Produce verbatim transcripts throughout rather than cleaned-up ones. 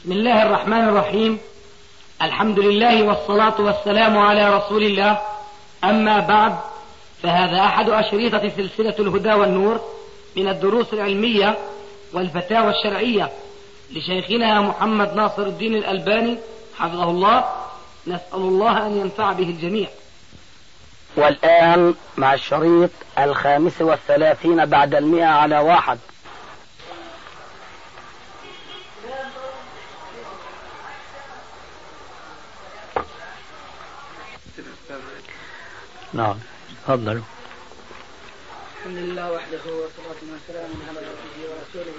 بسم الله الرحمن الرحيم. الحمد لله والصلاة والسلام على رسول الله. أما بعد، فهذا أحد أشريطة سلسلة الهدى والنور من الدروس العلمية والفتاوى الشرعية لشيخنا محمد ناصر الدين الألباني حفظه الله. نسأل الله أن ينفع به الجميع. والآن مع الشريط الخامس والثلاثين بعد المئة على واحد. نعم، تفضلوا. الحمد لله وحده والصلاة والسلام على عبده ورسوله.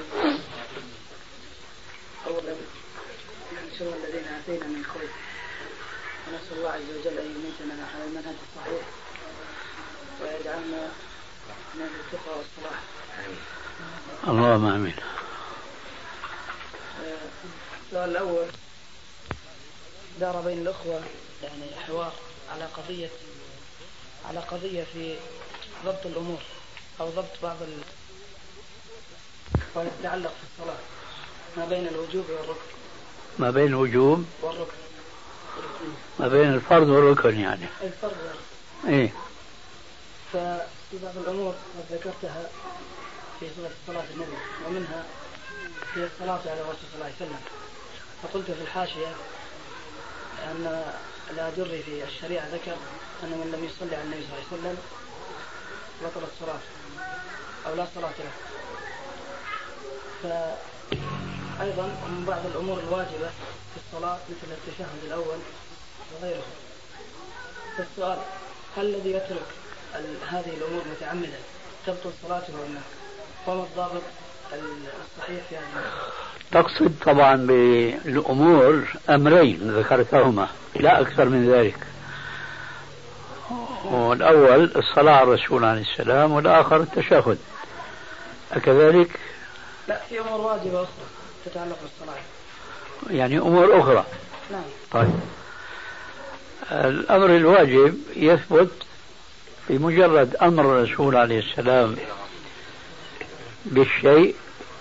أولا من شر الذين آتينا من خير، ونسأل الله عز وجل أن يميتنا على المنهج الصحيح ويجعلنا من التقى والصلاح. اللهم آمين. السؤال الأول دار بين الأخوة يعني حوار على قضية على قضية في ضبط الأمور أو ضبط بعض ال... ويتعلق في الصلاة ما بين الوجوب والركن. ما بين الوجوب والركن ما بين الفرض والركن يعني. الفرض والركن. إيه. ففي بعض الأمور قد ذكرتها في صورة صلاة النبي، ومنها في الصلاة على الرسول صلى الله عليه وسلم. فقلت في الحاشية أن الآجري في الشريعة ذكر أن من لم يصلي على النبي صلى الله عليه وسلم بطلت الصلاة أو لا صلاة له. فأيضا من بعض الأمور الواجبة في الصلاة مثل التشهد الأول وغيره. فالسؤال: هل الذي يترك هذه الأمور متعمدا تبطل صلاته ولا؟ وما الضابط الصحيح في هذا؟ تقصد طبعا بالأمور أمرين ذكرتهما لا أكثر من ذلك. والأول الصلاة على الرسول عليه السلام، والآخر التشهد. أكذلك؟ لا، في أمور واجبة أخرى تتعلق بالصلاة. يعني أمور أخرى. نعم. طيب، الأمر الواجب يثبت بمجرد أمر الرسول عليه السلام بالشيء،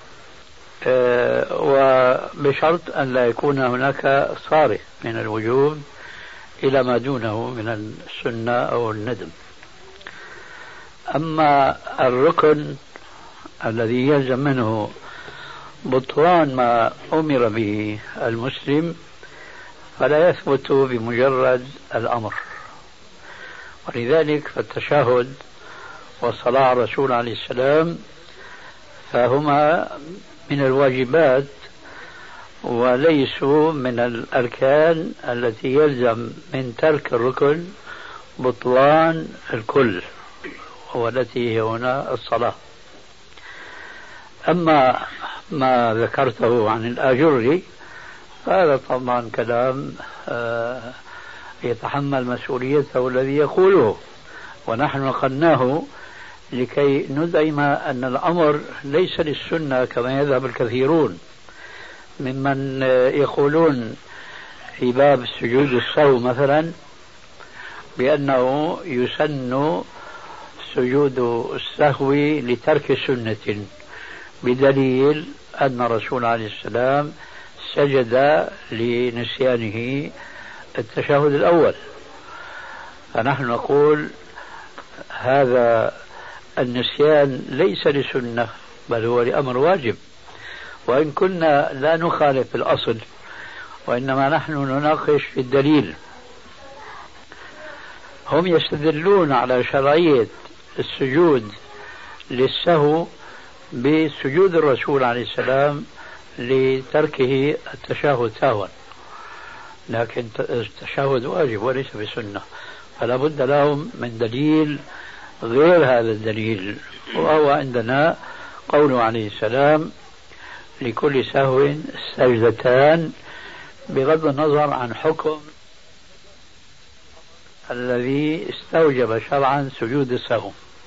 وبشرط أن لا يكون هناك صارف من الوجوب إلى ما دونه من السنة أو الندم. أما الركن الذي يلزم منه بطلان ما أمر به المسلم فلا يثبت بمجرد الأمر. ولذلك فالتشهد والصلاة على الرسول عليه السلام فهما من الواجبات وليسوا من الأركان التي يلزم من ترك الركن بطلان الكل، والتي هي هنا الصلاة. أما ما ذكرته عن الآجري هذا طبعا كلام يتحمل مسؤوليته الذي يقوله، ونحن نقلناه لكي ندعم أن الأمر ليس للسنة كما يذهب الكثيرون ممن يقولون في باب سجود السهو مثلا بأنه يسن سجود السهو لترك سنة، بدليل أن الرسول عليه السلام سجد لنسيانه التشهد الأول. فنحن نقول هذا النسيان ليس لسنة بل هو لأمر واجب، وإن كنا لا نخالف الأصل وإنما نحن نناقش في الدليل. هم يستدلون على شرعية السجود للسهو بسجود الرسول عليه السلام لتركه التشهد سهوا، لكن التشهد واجب وليس بسنة، فلا بد لهم من دليل غير هذا الدليل، وهو عندنا قوله عليه السلام: لكل سهو سجدتان، بغض النظر عن حكم الذي استوجب شرعا سجود السهو.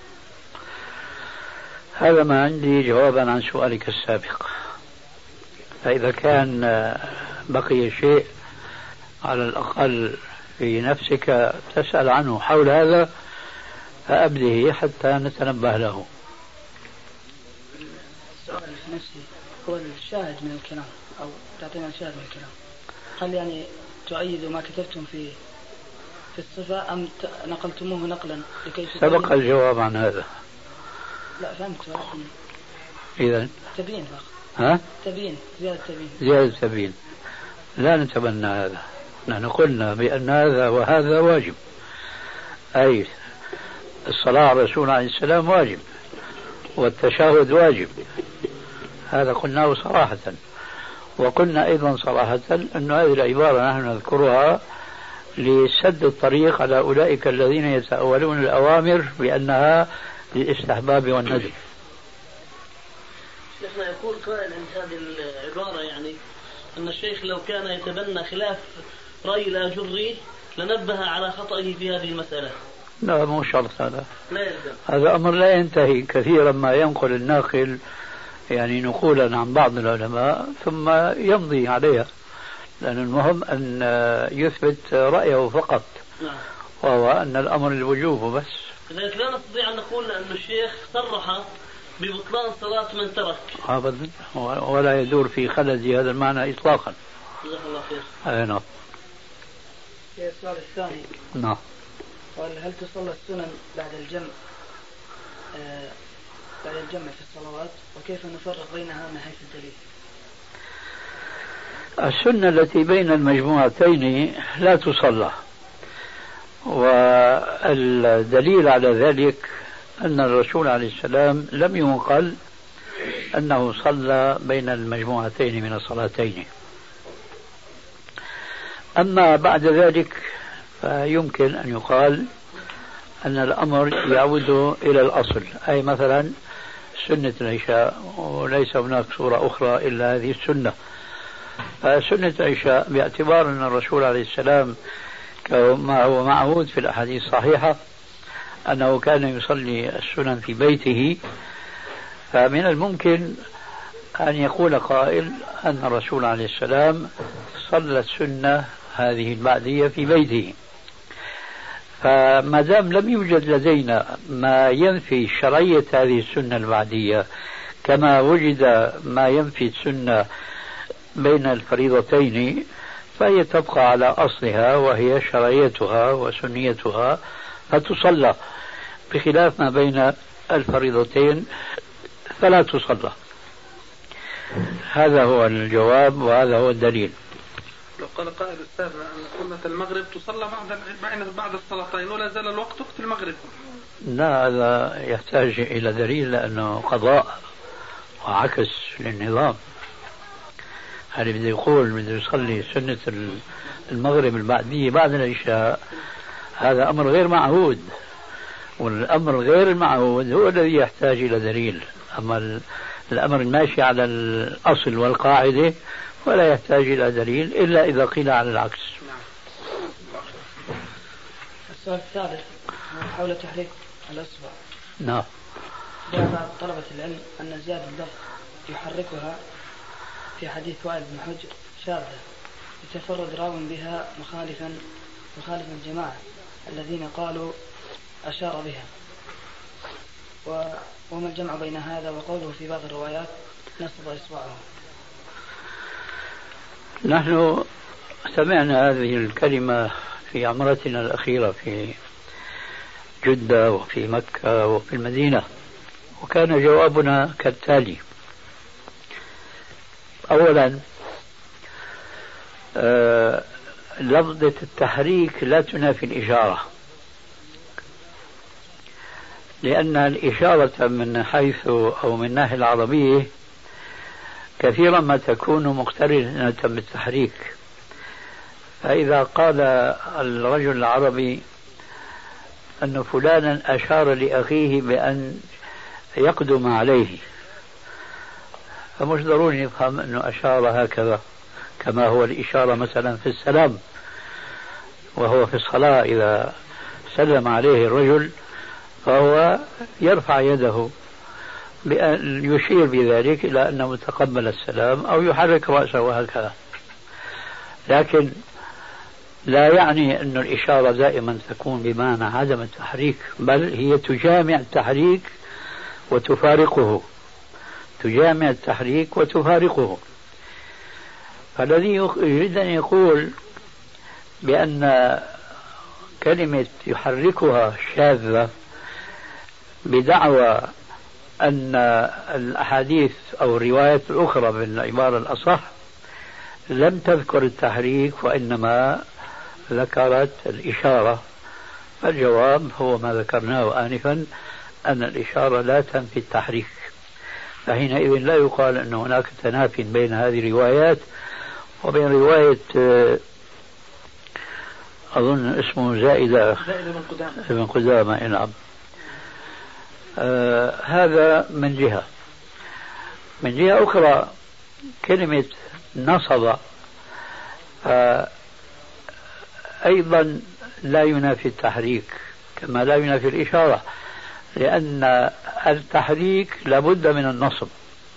هذا ما عندي جوابا عن سؤالك السابق. فإذا كان بقي شيء على الأقل في نفسك تسأل عنه حول هذا فأبده حتى نتنبه له. السؤال في نفسي هو الشاهد من الكلام أو تعطينا شاهد من الكلام. هل يعني تؤيد ما كتبتم في في الصفة أم نقلتموه نقلا لكي سبق الجواب عن هذا؟ لا فهمت ولكن إذا تبيين فقط. ها؟ تبيين، زيادة تبيين. زيادة تبيين. لا نتبنى هذا. نحن قلنا بأن هذا وهذا واجب، أي الصلاة على الرسول عليه السلام واجب والتشهد واجب، هذا قلناه صراحة. وقلنا أيضا صراحة أن هذه العبارة نحن نذكرها لسد الطريق على أولئك الذين يتأولون الأوامر بأنها للاستحباب والندب. شيخنا يقول قائل عند هذه العبارة يعني أن الشيخ لو كان يتبنى خلاف رأي الآجري لنبه على خطئه في هذه المسألة. لا مو شرط هذا. لا يلزم. هذا أمر لا ينتهي. كثيرا ما ينقل الناقل يعني نقولا عن بعض العلماء ثم يمضي عليها، لأن المهم أن يثبت رأيه فقط. نعم. وهو أن الأمر الوجوب بس. لذلك لا نستطيع أن نقول أن الشيخ صرح ببطلان صلاة من ترك أبدا، ولا يدور في خلدي هذا المعنى إطلاقا. جزاك الله خير. أي نعم. السؤال الثاني. نعم. قال هل تصلى السنن بعد الجمع آه بعد الجمع في الصلوات، وكيف نفرق بينها من حيث الدليل؟ السنة التي بين المجموعتين لا تصلى، والدليل على ذلك أن الرسول عليه السلام لم ينقل أنه صلى بين المجموعتين من الصلاتين. أما بعد ذلك فيمكن أن يقال أن الأمر يعود إلى الأصل، أي مثلا سنة العشاء، وليس هناك صورة أخرى إلا هذه السنة. فسنة العشاء باعتبار أن الرسول عليه السلام كما هو معهود في الأحاديث الصحيحة أنه كان يصلي السنن في بيته، فمن الممكن أن يقول قائل أن الرسول عليه السلام صلى السنة هذه البعدية في بيته. فما دام لم يوجد لدينا ما ينفي شرعية هذه السنة البعدية كما وجد ما ينفي السنة بين الفريضتين، فهي تبقى على أصلها وهي شرعيتها وسنيتها فتصلى، بخلاف ما بين الفريضتين فلا تصلى. هذا هو الجواب وهذا هو الدليل. لو قال قائل أستاذنا أن سنة المغرب تصلى بعد بعد الصلاتين ولا زال الوقت وقت المغرب، لا، هذا يحتاج إلى دليل لأنه قضاء وعكس للنظام. هل بده يقول بده يصلي سنة المغرب البعدية بعد العشاء؟ هذا أمر غير معهود، والأمر غير المعهود هو الذي يحتاج إلى دليل. أما الأمر الماشي على الأصل والقاعدة ولا يحتاج إلى دليل إلا إذا قيل على العكس. السؤال الثالث حول تحريك الأصبع. نعم. جاء بعض طلبة العلم أن زيادة اللفظ يحركها في حديث وائل بن حجر شاذة يتفرد راو بها مخالفا مخالفا الجماعة الذين قالوا أشار بها، وما الجمع بين هذا وقوله في بعض الروايات نصب إصبعه؟ نحن سمعنا هذه الكلمة في عمرتنا الأخيرة في جدة وفي مكة وفي المدينة، وكان جوابنا كالتالي: أولا آه لفظة التحريك لا تنافي الإشارة، لأن الإشارة من حيث أو من الناحية العربية كثيرا ما تكون مقترنة بالتحريك. فإذا قال الرجل العربي أن فلانا أشار لأخيه بأن يقدم عليه، فمش ضروري يفهم أنه أشار هكذا كما هو الإشارة مثلا في السلام، وهو في الصلاة إذا سلم عليه الرجل فهو يرفع يده بأن يشير بذلك إلى أنه تقبل السلام أو يحرك رأسه هكذا. لكن لا يعني أن الإشارة دائما تكون بمعنى عدم التحريك، بل هي تجامع التحريك وتفارقه، تجامع التحريك وتفارقه. فالذي يريد أن يقول بأن كلمة يحركها شاذة بدعوى أن الأحاديث أو الروايات الأخرى بالعبارة الأصح لم تذكر التحريك وإنما ذكرت الإشارة، فالجواب هو ما ذكرناه آنفا، أن الإشارة لا تنفي التحريك. فحينئذ لا يقال أن هناك تنافي بين هذه الروايات وبين رواية أظن اسمه زائدة بن قدامة. نعم. آه هذا من جهة. من جهة أخرى كلمة نصب آه أيضا لا ينافي التحريك كما لا ينافي الإشارة، لأن التحريك لابد من النصب،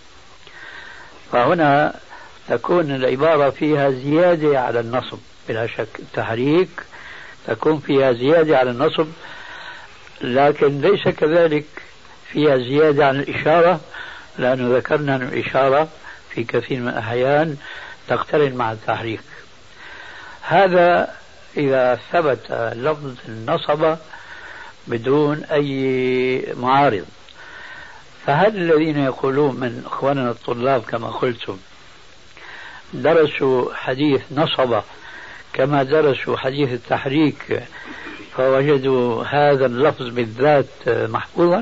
فهنا تكون العبارة فيها زيادة على النصب بلا شك. التحريك تكون فيها زيادة على النصب، لكن ليس كذلك فيها زيادة عن الإشارة، لأنه ذكرنا أن الإشارة في كثير من الأحيان تقترن مع التحريك. هذا إذا ثبت لفظ النصب بدون أي معارض. فهل الذين يقولون من أخواننا الطلاب كما قلتم درسوا حديث نصب كما درسوا حديث التحريك فوجدوا هذا اللفظ بالذات محفوظا؟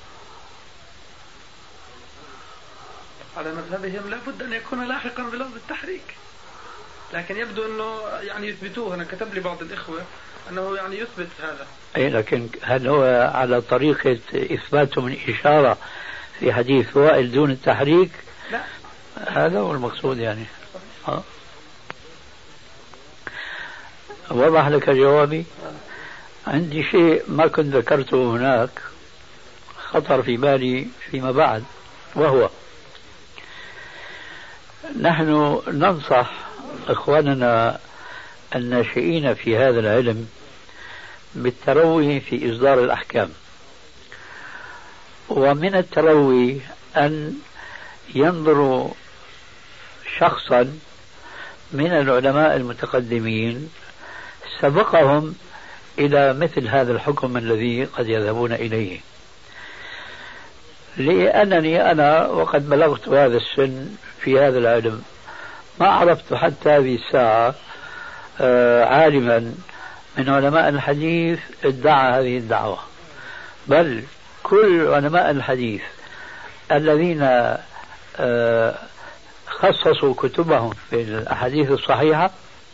على مذهبهم لابد أن يكون لاحقا بلفظ التحريك، لكن يبدو أنه يعني يثبتوه. أنا كتب لي بعض الإخوة أنه يعني يثبت هذا. أي لكن هل هو على طريقة إثباته من إشارة في حديث وائل دون التحريك؟ لا، هذا هو المقصود يعني. أه؟ وضح لك جوابي. عندي شيء ما كنت ذكرته هناك خطر في بالي فيما بعد، وهو نحن ننصح إخواننا الناشئين في هذا العلم بالتروي في إصدار الأحكام. ومن التروي أن ينظروا شخصا من العلماء المتقدمين سبقهم إلى مثل هذا الحكم الذي قد يذهبون إليه. لأنني أنا وقد بلغت هذا السن في هذا العلم ما عرفت حتى هذه الساعة عالما من علماء الحديث ادعى هذه الدعوة، بل كل علماء الحديث الذين خصصوا كتبهم في الأحاديث الصحيحة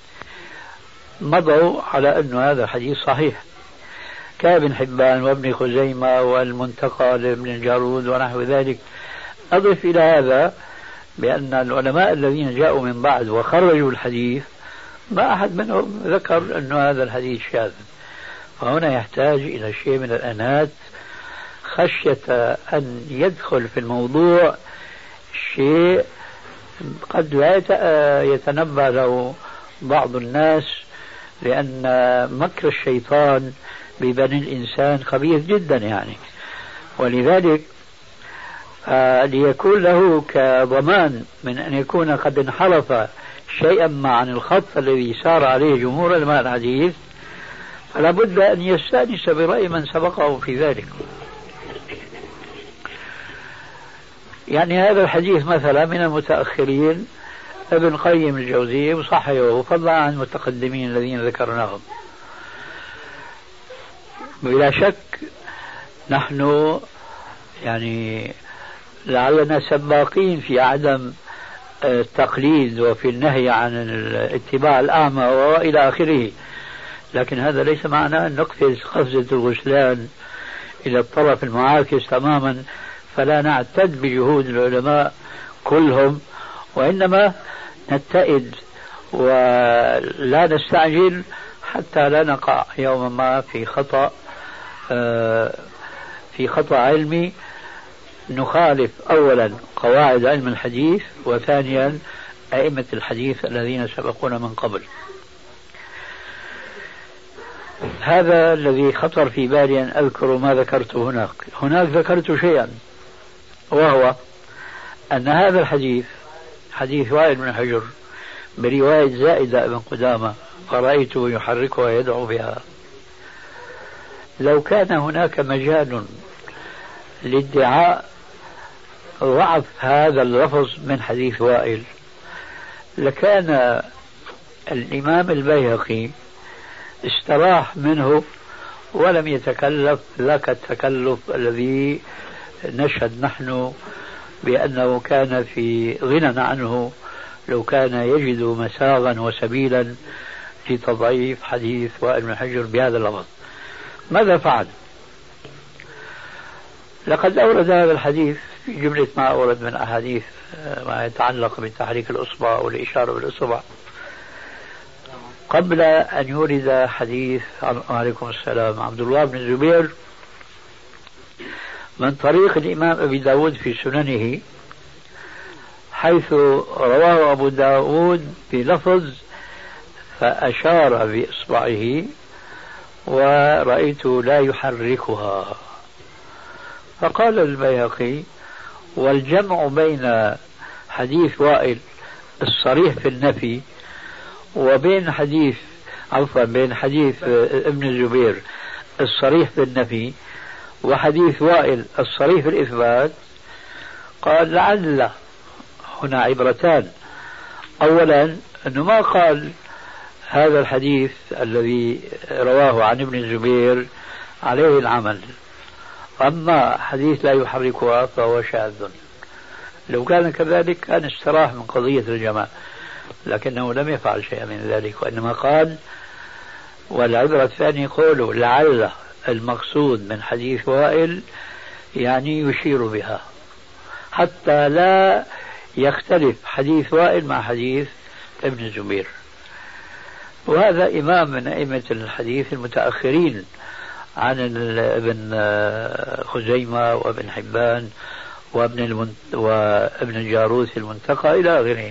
مضوا على أن هذا الحديث صحيح، كابن حبان وابن خزيمة والمنتقى لابن الجارود ونحو ذلك. أضف إلى هذا بأن العلماء الذين جاءوا من بعد وخرجوا الحديث ما أحد منهم ذكر أن هذا الحديث شاذ. فهنا يحتاج إلى شيء من الأنات خشية أن يدخل في الموضوع شيء قد لا يتنبه له بعض الناس، لأن مكر الشيطان ببني الإنسان خبيث جدا يعني. ولذلك آه ليكون له كضمان من أن يكون قد انحرف شيئا ما عن الخط الذي سار عليه جمهور علماء الحديث، فلا بد أن يستأنس برأي من سبقه في ذلك. يعني هذا الحديث مثلا من المتأخرين ابن قيم الجوزية وصححه فضلا عن المتقدمين الذين ذكرناهم. بلا شك نحن يعني لعلنا سباقين في عدم التقليد وفي النهي عن الاتباع الأعمى وإلى آخره، لكن هذا ليس معناه أن نقفز قفزة الغسلان إلى الطرف المعاكس تماما فلا نعتد بجهود العلماء كلهم، وإنما نتئد ولا نستعجل حتى لا نقع يوما ما في خطأ في خطأ علمي نخالف أولا قواعد علم الحديث وثانيا أئمة الحديث الذين سبقونا من قبل. هذا الذي خطر في بالي أن أذكر ما ذكرته هناك. هناك ذكرت شيئا، وهو أن هذا الحديث حديث وائل بن حجر برواية زائدة ابن قدامة فرأيته يحركها ويدعو بها. لو كان هناك مجال لادعاء ضعف هذا اللفظ من حديث وائل لكان الإمام البيهقي استراح منه ولم يتكلف لك التكلف الذي نشهد نحن بأنه كان في غنى عنه لو كان يجد مساغا وسبيلا لتضعيف حديث وائل بن حجر بهذا اللفظ. ماذا فعل؟ لقد أورد هذا الحديث في جملة ما أورد من أحاديث ما يتعلق بتحريك الأصبع والإشارة بالأصبع قبل أن يورد حديث عليكم السلام عبد الله بن الزبير من طريق الإمام أبي داود في سننه، حيث رواه أبو داود بلفظ فأشار بإصبعه ورأيته لا يحركها. فقال البيهقي: والجمع بين حديث وائل الصريح في النفي وبين حديث عفوا بين حديث ابن الزبير الصريح في النفي وحديث وائل الصريح في الإثبات، قال لعل هنا عبرتان. أولا أنه ما قال هذا الحديث الذي رواه عن ابن الزبير عليه العمل، أما حديث لا يحركها فهو شاذ. لو كان كذلك كان استراح من قضية الجماعة، لكنه لم يفعل شيئا من ذلك، وإنما قال والعبرة الثانية قوله لعل المقصود من حديث وائل يعني يشير بها حتى لا يختلف حديث وائل مع حديث ابن الزبير. وهذا إمام من أئمة الحديث المتأخرين عن ابن خزيمة وابن حبان وابن, المن... وابن الجاروث المنتقى إلى آخره.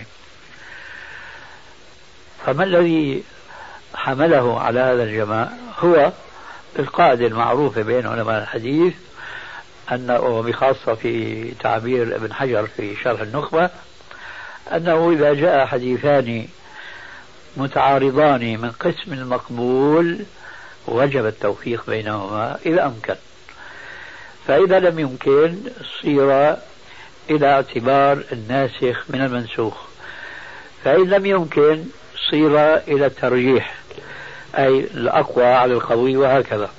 فما الذي حمله على هذا الجماع؟ هو القاعدة المعروفة بين علماء الحديث أنه بخاصة في تعبير ابن حجر في شرح النخبة أنه إذا جاء حديثان متعارضان من قسم المقبول وجب التوفيق بينهما إذا أمكن، فإذا لم يمكن صير إلى اعتبار الناسخ من المنسوخ، فإن لم يمكن صير إلى الترجيح أي الأقوى على القوي وهكذا.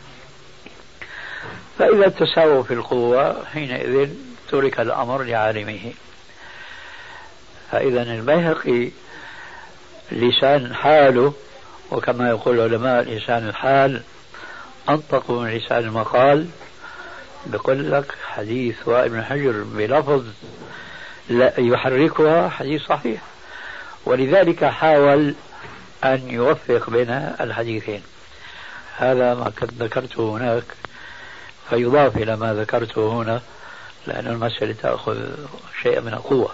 فإذا تساووا في القوة حينئذ ترك الأمر لعالمه. فإذا البيهقي لسان حاله، وكما يقول العلماء لسان الحال أنطق من لسان المقال، بيقول لك حديث وائل بن حجر بلفظ لا يحركها حديث صحيح، ولذلك حاول أن يوفق بين الحديثين. هذا ما كنت ذكرته هناك فيضاف إلى ما ذكرته هنا، لأن المسألة تأخذ شيء من القوة.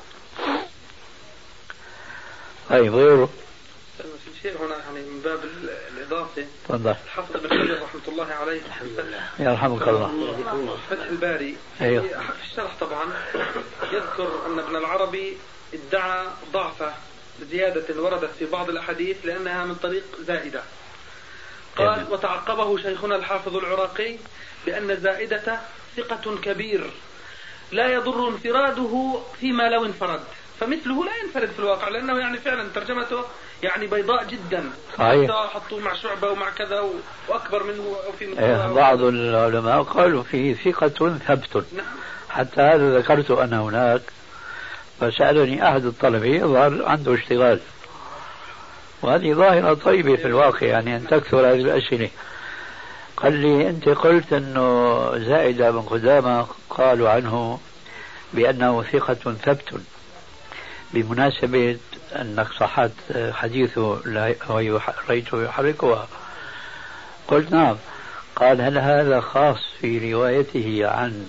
طيب غيره شيء هنا يعني من باب الإضافة. تفضل. الحافظ بن حجر رحمة الله عليه يرحمك الله فتح الباري أيوه. في الشرح طبعا يذكر أن ابن العربي ادعى ضعف زيادة وردت في بعض الأحاديث لأنها من طريق زائدة. قال جميل. وتعقبه شيخنا الحافظ العراقي بأن زائدة ثقة كبير لا يضر انفراده فيما لو انفرد، فمثله لا ينفرد في الواقع، لأنه يعني فعلا ترجمته يعني بيضاء جدا. صحيح. حطوه مع شعبة ومع كذا وأكبر منه أو في إيه بعض العلماء قالوا فيه ثقة ثبت. نعم. حتى هذا ذكرت أنا هناك، فسألني أحد الطلبة يظهر عنده اشتغال، وهذه ظاهرة طيبة في الواقع يعني أن تكثر هذه الأسئلة. قال لي أنت قلت أنه زائدة بن قدامة قالوا عنه بأنه ثقة ثبت بمناسبة أنك صحت حديثه رأيته يحركها. قلت نعم. قال هل هذا خاص في روايته عن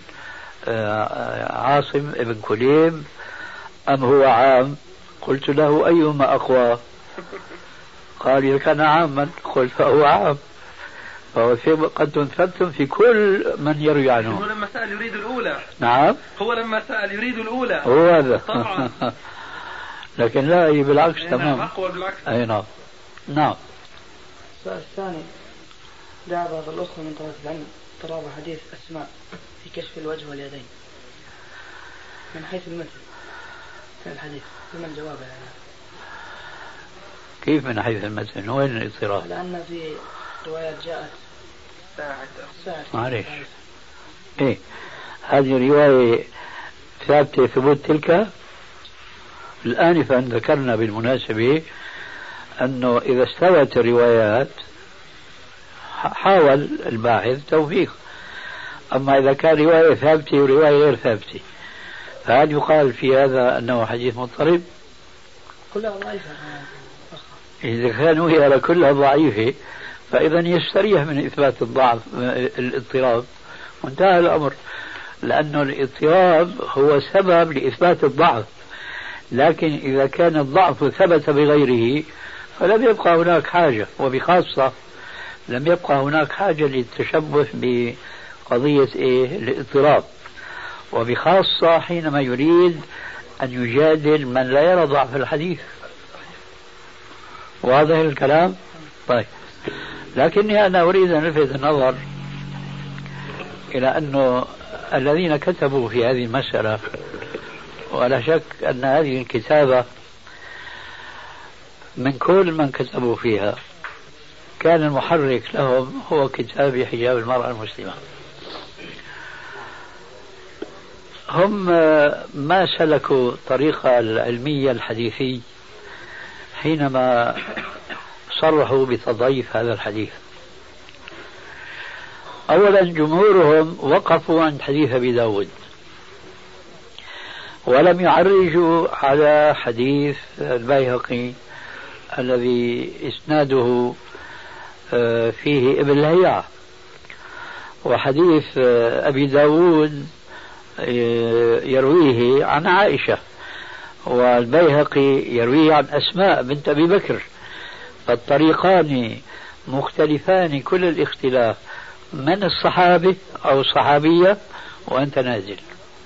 عاصم ابن كليم أم هو عام؟ قلت له أيهما أقوى؟ قال إذا كان عاما قلت فهو عام، فهو قد ثبت في كل من يروي عنه. هو لما سأل يريد الأولى. نعم. هو لما سأل يريد الأولى. هو هذا. طبعا. لكن لا بالعكس تمام. أقوى بالعكس. أي نعم. نعم. السؤال الثاني: دعا بعض الأخوة من طلبة العلم طلب حديث أسماء في كشف الوجه واليدين من حيث المثل في الحديث، فما الجواب يعني؟ كيف من حيث المتن؟ وين الاضطراب؟ لأن في روايات جاءت ساعة معلش. إيه هذه رواية ثابتة ثبوت تلك. الآنفا ذكرنا بالمناسبة أنه إذا استوت الروايات حاول الباحث توفيق. أما إذا كان رواية ثابتة ورواية غير ثابتة فهل يقال في هذا أنه حديث مضطرب؟ كلها ضعيفة. إذا كانوا يرى كلها ضعيفة فإذا يستريح من إثبات الضعف الاضطراب وانتهى الأمر، لأنه الاضطراب هو سبب لإثبات الضعف. لكن إذا كان الضعف ثبت بغيره فلم يبقى هناك حاجة، وبخاصة لم يبقى هناك حاجة للتشبث بقضية إيه؟ الاضطراب، وبخاصة حينما يريد أن يجادل من لا يرى ضعف الحديث. واضح الكلام؟ طيب، لكني أنا أريد أن ألفت النظر إلى أنه الذين كتبوا في هذه المسألة، ولا شك أن هذه الكتابة من كل من كتبوا فيها كان المحرك لهم هو كتاب حجاب المرأة المسلمة. هم ما سلكوا طريقة العلمية الحديثي حينما صرحوا بتضعيف هذا الحديث. أولا جمهورهم وقفوا عند حديث أبي داود ولم يعرجوا على حديث البيهقي الذي إسناده فيه ابن لهيعة، وحديث أبي داود يرويه عن عائشة، والبيهقي يرويه عن أسماء بنت أبي بكر، فالطريقان مختلفان كل الاختلاف من الصحابة أو الصحابية وأنت نازل.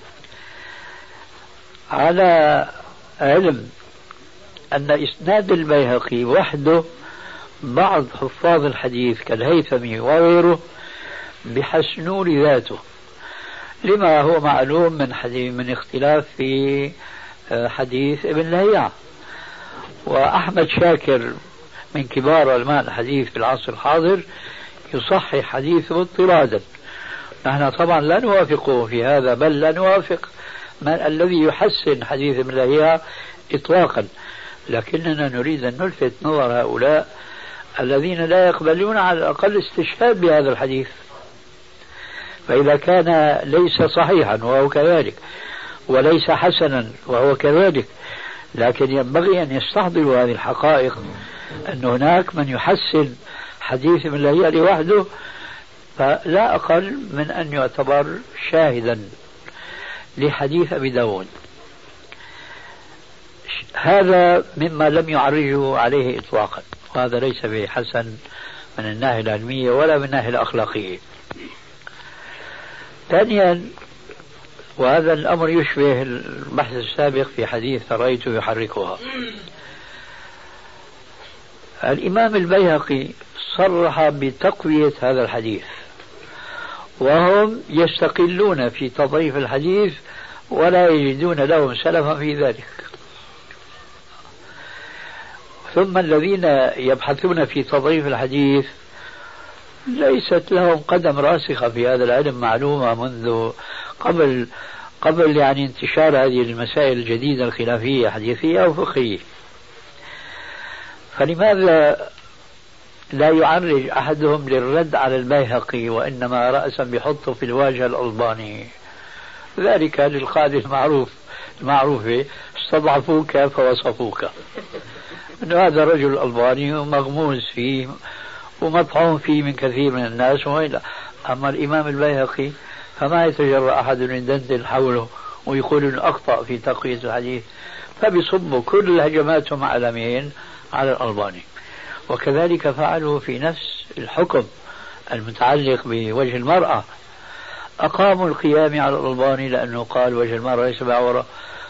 على علم أن إسناد البيهقي وحده بعض حفاظ الحديث كالهيثمي وغيره بحسنوا لذاته، لما هو معلوم من حديث من اختلاف في حديث ابن لهيعة. وأحمد شاكر من كبار علماء الحديث في العصر الحاضر يصحح حديثه اضطرادا. نحن طبعا لا نوافقه في هذا، بل لا نوافق من الذي يحسن حديث ابن لهيعة إطلاقا، لكننا نريد أن نلفت نظر هؤلاء الذين لا يقبلون على الأقل استشهاد بهذا الحديث. فإذا كان ليس صحيحا وهو كذلك، وليس حسنا وهو كذلك، لكن ينبغي أن يستحضروا هذه الحقائق، أن هناك من يحسن حديث ابن لهيعة لوحده فلا أقل من أن يعتبر شاهدا لحديث أبي داود. هذا مما لم يعرجوا عليه إطلاقا، وهذا ليس بحسن من الناحية العلمية ولا من الناحية الأخلاقية. ثانيا، وهذا الأمر يشبه البحث السابق في حديث رأيته يحركها، الإمام البيهقي صرح بتقوية هذا الحديث، وهم يستقلون في تضعيف الحديث ولا يجدون لهم سلفا في ذلك. ثم الذين يبحثون في تضعيف الحديث ليست لهم قدم راسخة في هذا العلم معلومة منذ قبل قبل يعني انتشار هذه المسائل الجديدة الخلافية حديثية أو فقهية. فلماذا لا يعرج أحدهم للرد على البيهقي وإنما رأسا بحطه في الواجهة الألباني؟ ذلك للقاعدة المعروف المعروفة استضعفوك فوصفوك، أن هذا الرجل الألباني مغموس فيه ومطعون فيه من كثير من الناس وإلا. أما الإمام البيهقي فما يتجرأ أحد من يدندن حوله ويقول إنه أخطأ في تقوية الحديث، فبيصبوا كل هجماتهم على مين؟ على الألباني. وكذلك فعلوا في نفس الحكم المتعلق بوجه المرأة، أقاموا القيام على الألباني لأنه قال وجه المرأة ليس بعورة،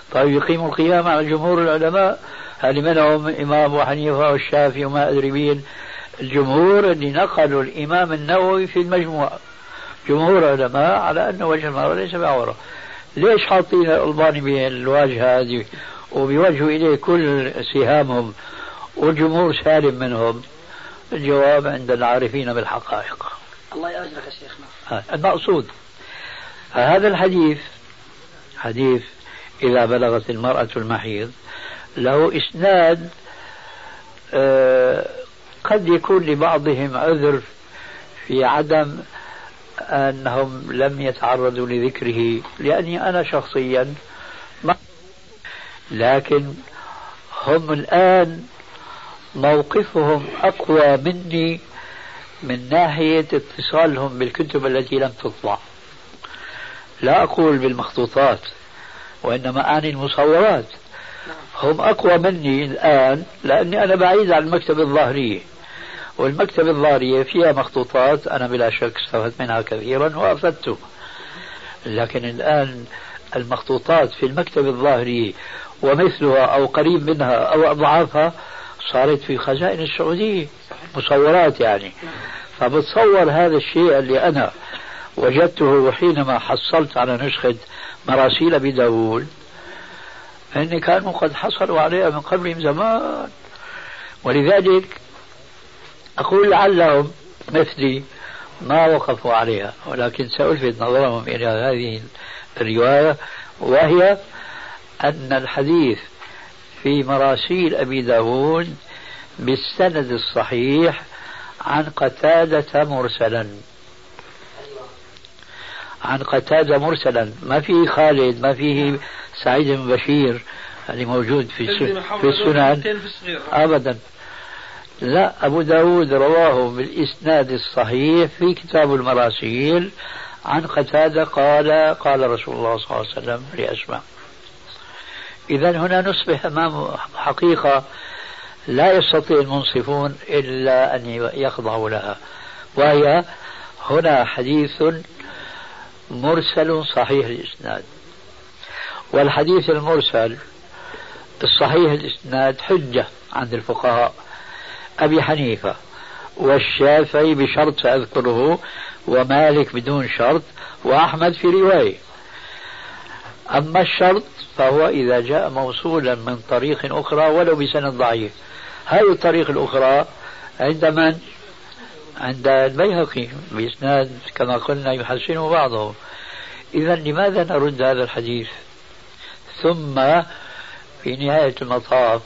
طيب يقيم القيامة على جمهور العلماء، هل منهم إمام أبو حنيفة والشافعي وما أدري مين، الجمهور اللي نقلوا الإمام النووي في المجموع، جمهور علماء على أن وجه المرأة ليس بعورة. ليش حاطين الألباني بالواجهة هذه وبيوجهوا إليه كل سهامهم والجمهور سالم منهم؟ الجواب عند العارفين بالحقائق. الله يأجرك يا شيخنا. المقصود هذا الحديث، حديث إذا بلغت المرأة المحيض، له إسناد آه قد يكون لبعضهم عذر في عدم أنهم لم يتعرضوا لذكره، لأني أنا شخصيا ما، لكن هم الآن موقفهم أقوى مني من ناحية اتصالهم بالكتب التي لم تطبع. لا أقول بالمخطوطات وإنما أعني المصورات. هم أقوى مني الآن لأني أنا بعيد عن المكتبة الظاهرية، والمكتبة الظاهرية فيها مخطوطات أنا بلا شك استفدت منها كثيرا وأفدته، لكن الآن المخطوطات في المكتبة الظاهرية ومثلها أو قريب منها أو أضعافها صارت في خزائن السعودية مصورات يعني. فبتصور هذا الشيء اللي أنا وجدته حينما حصلت على نسخة مراسيل أبي داود أني كانوا قد حصلوا عليها من قبل زمان، ولذلك أقول لعلهم مثلي ما وقفوا عليها، ولكن سألفت نظرهم إلى هذه الرواية، وهي أن الحديث في مراسيل أبي داود بالسند الصحيح عن قتادة مرسلا، عن قتادة مرسلا، ما فيه خالد، ما فيه سعيد بن بشير اللي موجود في في السنن أبدا. لا، أبو داود رواه بالإسناد الصحيح في كتاب المراسيل عن قتادة قال قال رسول الله صلى الله عليه وسلم لأسماء. إذن هنا نصبح أمام حقيقة لا يستطيع المنصفون إلا أن يخضعوا لها، وهي هنا حديث مرسل صحيح الإسناد. والحديث المرسل الصحيح الإسناد حجة عند الفقهاء أبي حنيفة والشافعي بشرط سأذكره، ومالك بدون شرط، وأحمد في رواية. أما الشرط فهو إذا جاء موصولا من طريق أخرى ولو بسند ضعيف. هذه الطريق الأخرى عند من؟ عند البيهقي بإسناد كما قلنا يحسنه بعضه. إذا لماذا نرد هذا الحديث؟ ثم في نهاية المطاف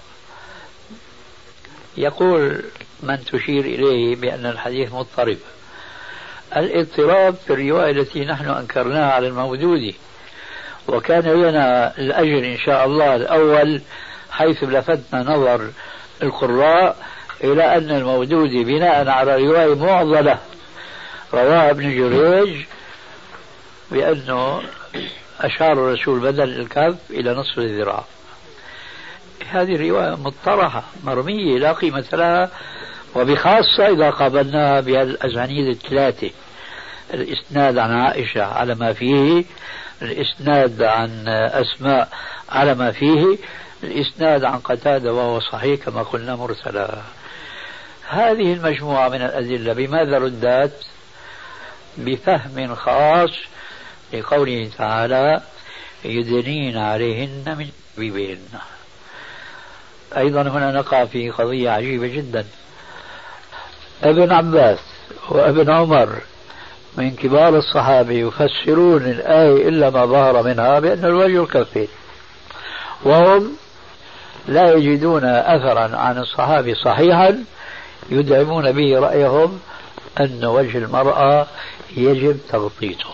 يقول من تشير إليه بأن الحديث مضطرب. الاضطراب في الرواية التي نحن أنكرناها على المودودي، وكان لنا الأجر إن شاء الله الأول حيث لفتنا نظر القراء إلى أن المودودي بناء على رواية معضلة رواها ابن جريج بأنه أشار الرسول بدل الكف إلى نصف الذراع. هذه الرواية مطرحة مرمية لا قيمة لها، وبخاصة إذا قابلناها بالأسانيد الثلاثة، الإسناد عن عائشة على ما فيه، الإسناد عن أسماء على ما فيه، الإسناد عن قتادة وهو صحيح كما قلنا مرسلا. هذه المجموعة من الأدلة بماذا ردت؟ بفهم خاص لقوله تعالى يدنين عليهن من جلابيبهن. أيضا هنا نقع في قضية عجيبة جدا. ابن عباس وابن عمر من كبار الصحابة يفسرون الآية إلا ما ظهر منها بأن الوجه الكفين، وهم لا يجدون أثرا عن الصحابة صحيحا يدعمون به رأيهم أن وجه المرأة يجب تغطيته.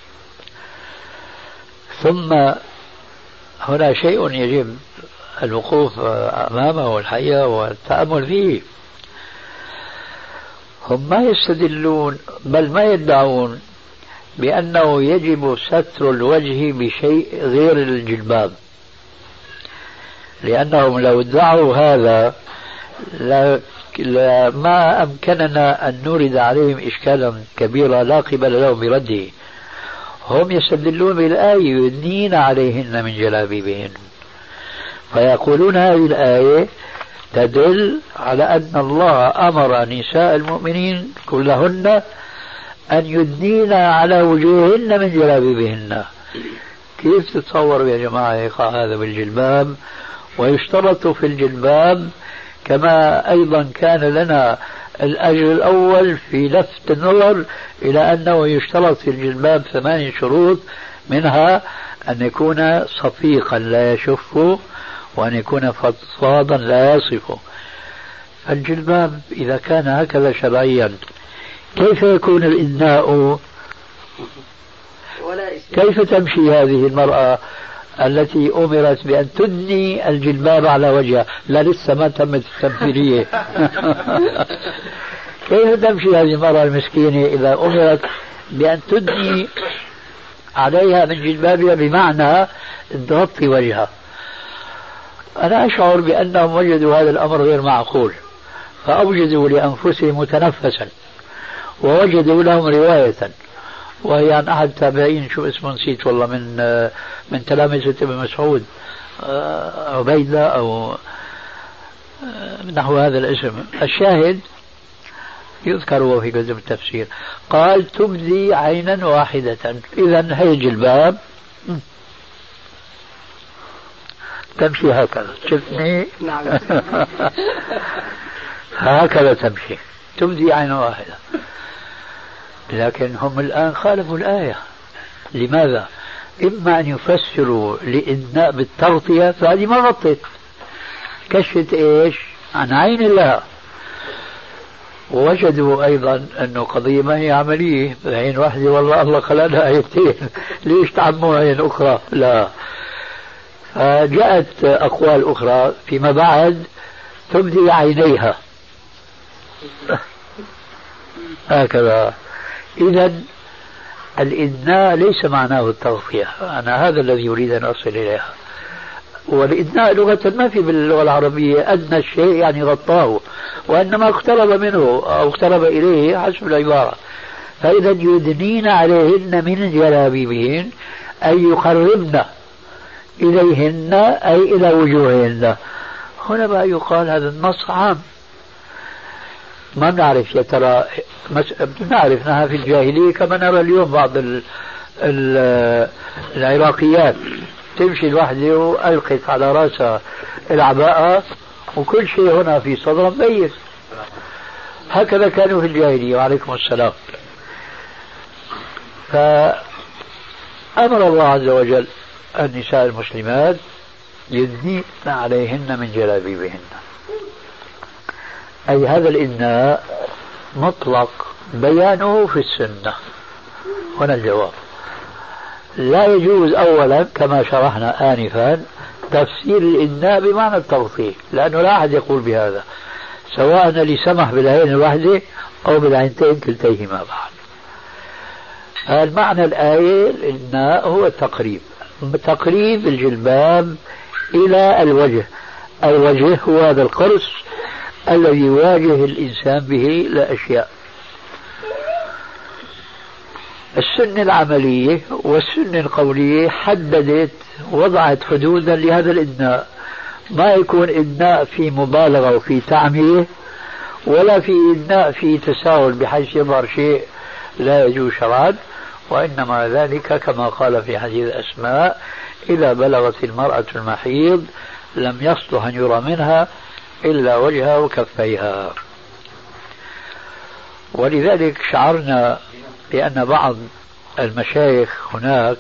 ثم هنا شيء يجب الوقوف أمامه والحقيقة والتأمل فيه. هم ما يستدلون بل ما يدعون بأنه يجب ستر الوجه بشيء غير الجلباب، لأنهم لو ادعوا هذا ما أمكننا أن نورد عليهم إشكالا كبيرا لا قبل لهم برده. هم يستدلون بالآية يدنين عليهن من جلابيبهن، فيقولون هذه الآية تدل على أن الله أمر نساء المؤمنين كلهن أن يدنين على وجوههن من جلابيبهن. كيف تتصوروا يا جماعة إيقاع هذا بالجلباب؟ ويشترط في الجلباب كما أيضا كان لنا الأجر الأول في لفت النظر إلى أنه يشترط في الجلباب ثمانية شروط، منها أن يكون صفيقا لا يشف، وأن يكون فضفاضا لا يصف. الجلباب إذا كان هكذا شرعيا كيف يكون الإدناء؟ كيف تمشي هذه المرأة التي أمرت بأن تدني الجلباب على وجهها؟ لا لسه ما تمت التمثيلية. كيف تمشي هذه المرأة المسكينة إذا أمرت بأن تدني عليها من جلبابها بمعنى تغطي وجهها؟ أنا أشعر بأنهم وجدوا هذا الأمر غير معقول، فأوجدوا لأنفسهم متنفسا ووجدوا لهم رواية، وهي عن أحد التابعين شو اسمه نسيت والله، من من تلامذة ابن مسعود، عبيدة أو نحو هذا الاسم. الشاهد يذكر في كتب التفسير قال تبدي عينا واحدة. إذا هي الجلباب تمشي هكذا، شفتني؟ نعم. هكذا تمشي، تبدي عينا واحدة. لكن هم الآن خالفوا الآية. لماذا؟ إما أن يفسروا لإدناء بالتغطية، فهذه ما غطت، كشفت إيش؟ عن عين الله. ووجدوا أيضا أنه قضية ما هي عملية، عين واحدة والله الله خلقها آيتين، ليش تعموا عين أخرى؟ لا. فجاءت أقوال أخرى فيما بعد تبدي عينيها هكذا. إذا الإدناء ليس معناه التغطية، أنا هذا الذي يريد أن أصل إليها. والإدناء لغة ما في باللغة العربية أدنى الشيء يعني غطاه، وإنما اقترب منه أو اقترب إليه حسب العبارة. فإذا يدنين عليهن من جلابيبهن أي يقربن إليهن أي إلى وجوههن. هنا بقى يقال هذا النص عام، ما نعرف يا ترى، نعرف أنها في الجاهلية كما نرى اليوم بعض ال ال العراقيات تمشي الوحدة وألقت على رأسها العباءة وكل شيء هنا في صدرها مبين. هكذا كانوا في الجاهلية. وعليكم السلام. فأمر الله عز وجل النساء المسلمات يدنين عليهن من جلابيبهن، أي هذا الإدناء مطلق بيانه في السنة. هنا الجواب. لا يجوز أولا كما شرحنا آنفا تفسير الإدناء بمعنى التغطية، لأنه لا أحد يقول بهذا، سواء اللي سمح بالعين الواحدة أو بالعينتين كلتيهما بعد. المعنى الآية الإدناء هو التقريب، تقريب الجلباب إلى الوجه. الوجه هو هذا القرص الذي يواجه الإنسان به لأشياء. السنة العملية والسنة القولية حددت وضعت حدودا لهذا الإدناء، ما يكون إدناء في مبالغة وفي تعمية، ولا في إدناء في تساهل بحيث يظهر شيء لا يجوز شرعا، وإنما ذلك كما قال في حديث أسماء إذا بلغت المرأة المحيض لم يصلح أن يرى منها إلا وجهها وكفيها. ولذلك شعرنا بأن بعض المشايخ هناك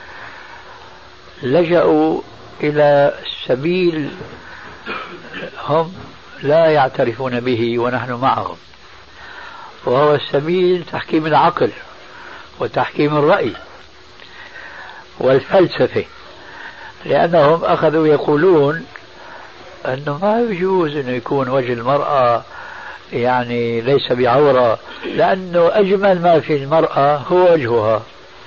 لجأوا إلى سبيل هم لا يعترفون به ونحن معهم، وهو السبيل تحكيم العقل وتحكيم الرأي والفلسفة، لأنهم أخذوا يقولون أنه ما يجوز أنه يكون وجه المرأة يعني ليس بعورة، لأنه أجمل ما في المرأة هو وجهها.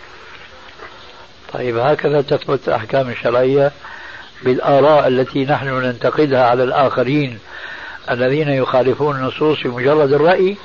طيب هكذا تثبت الأحكام الشرعية بالآراء التي نحن ننتقدها على الآخرين الذين يخالفون النصوص بمجرد الرأي؟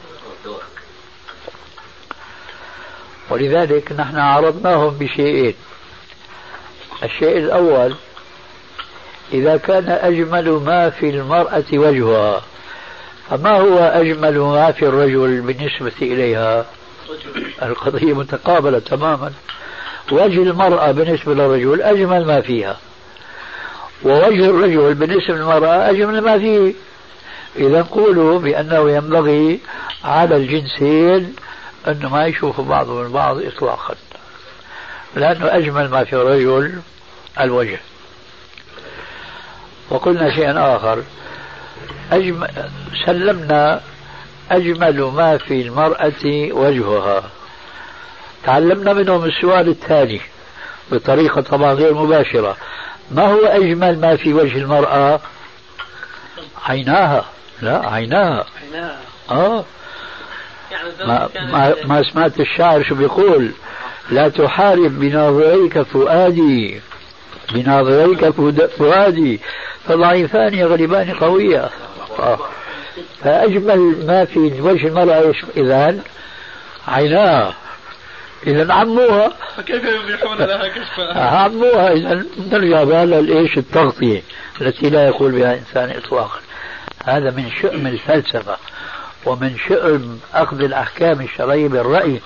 ولذلك نحن عرضناهم بشيئين. الشيء الأول إذا كان أجمل ما في المرأة وجهها، فما هو أجمل ما في الرجل بالنسبة إليها؟ القضية متقابلة تماما. وجه المرأة بالنسبة للرجل أجمل ما فيها، ووجه الرجل بالنسبة للمرأة أجمل ما فيه. إذا نقول بأنه ينبغي على الجنسين أنه ما يشوفوا بعضهم البعض إطلاقا، لأنه أجمل ما في الرجل الوجه. وقلنا شيئا آخر، أجمل سلمنا أجمل ما في المرأة وجهها. تعلمنا منهم السؤال التالي بطريقة طبعا غير مباشرة: ما هو أجمل ما في وجه المرأة؟ عيناها. لا، عيناها. آه. ما, ما, ما سمعت الشاعر شو بيقول؟ لا تحارب بناظريك فؤادي، بناظريك فؤادي فضعيفان يغلبان قوية. آه. فأجمل ما في وجه المرأة إذن عيناها. إذن عموها. فكيف يبيحون لها كشفها؟ عموها. إذن نرجع بها للإيش التغطية التي لا يقول بها إنسان إطلاقا. هذا من شؤم الفلسفة ومن شؤم أخذ الأحكام الشرعية بالرأي.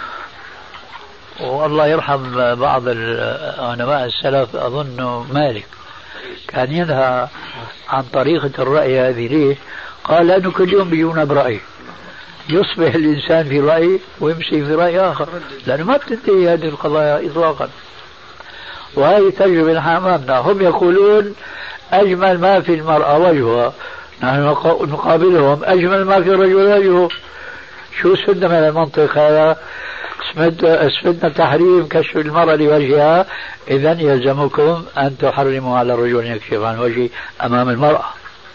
والله يرحم بعض علماء السلف، أظن مالك، كان ينهى عن طريقة الرأي هذه. ليه؟ قال لأنه كل يوم بيجونا برأي، يصبح الإنسان في رأي ويمشي في رأي آخر، لأنه ما بتنتهي هذه القضايا إطلاقا. وهذه تجربة أمامنا. هم يقولون أجمل ما في المرأة وجهها، نحن نقابلهم أجمل ما في الرجل وجهه. شو سفدنا من المنطق هذا؟ سفدنا تحريم كشف المرأة لوجهها، إذن يلزمكم أن تحرموا على الرجل أن يكشف عن وجهه أمام المرأة.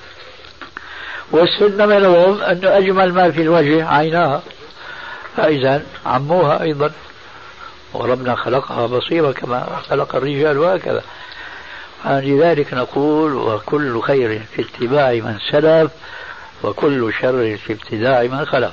وسفدنا منهم أنه أجمل ما في الوجه عيناها، فإذن عموها أيضا. وربنا خلقها بصيرة كما خلق الرجال وهكذا. لذلك نقول: وكل خير في اتباع من سلف، وكل شر في ابتداع من خلف.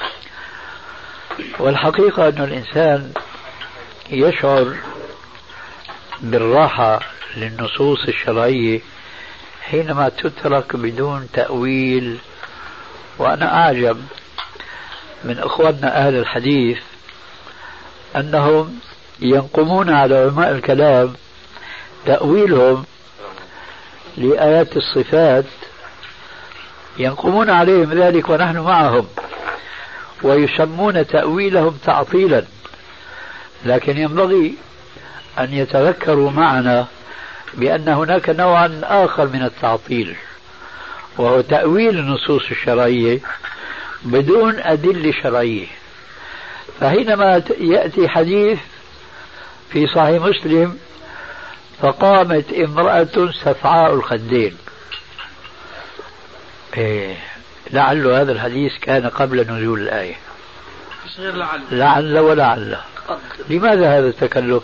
والحقيقة أن الإنسان يشعر بالراحة للنصوص الشرعية حينما تترك بدون تأويل. وأنا أعجب من أخواننا أهل الحديث أنهم ينقمون على علماء الكلام تأويلهم لآيات الصفات، ينقمون عليهم ذلك ونحن معهم، ويسمون تأويلهم تعطيلا. لكن ينبغي أن يتذكروا معنا بأن هناك نوعا آخر من التعطيل، وهو تأويل النصوص الشرعية بدون أدلة شرعية. فحينما يأتي حديث في صحيح مسلم: فقامت امرأة سفعاء الخدين، إيه، لعل هذا الحديث كان قبل نزول الآية، لعل لعل ولعل. لماذا هذا التكلف؟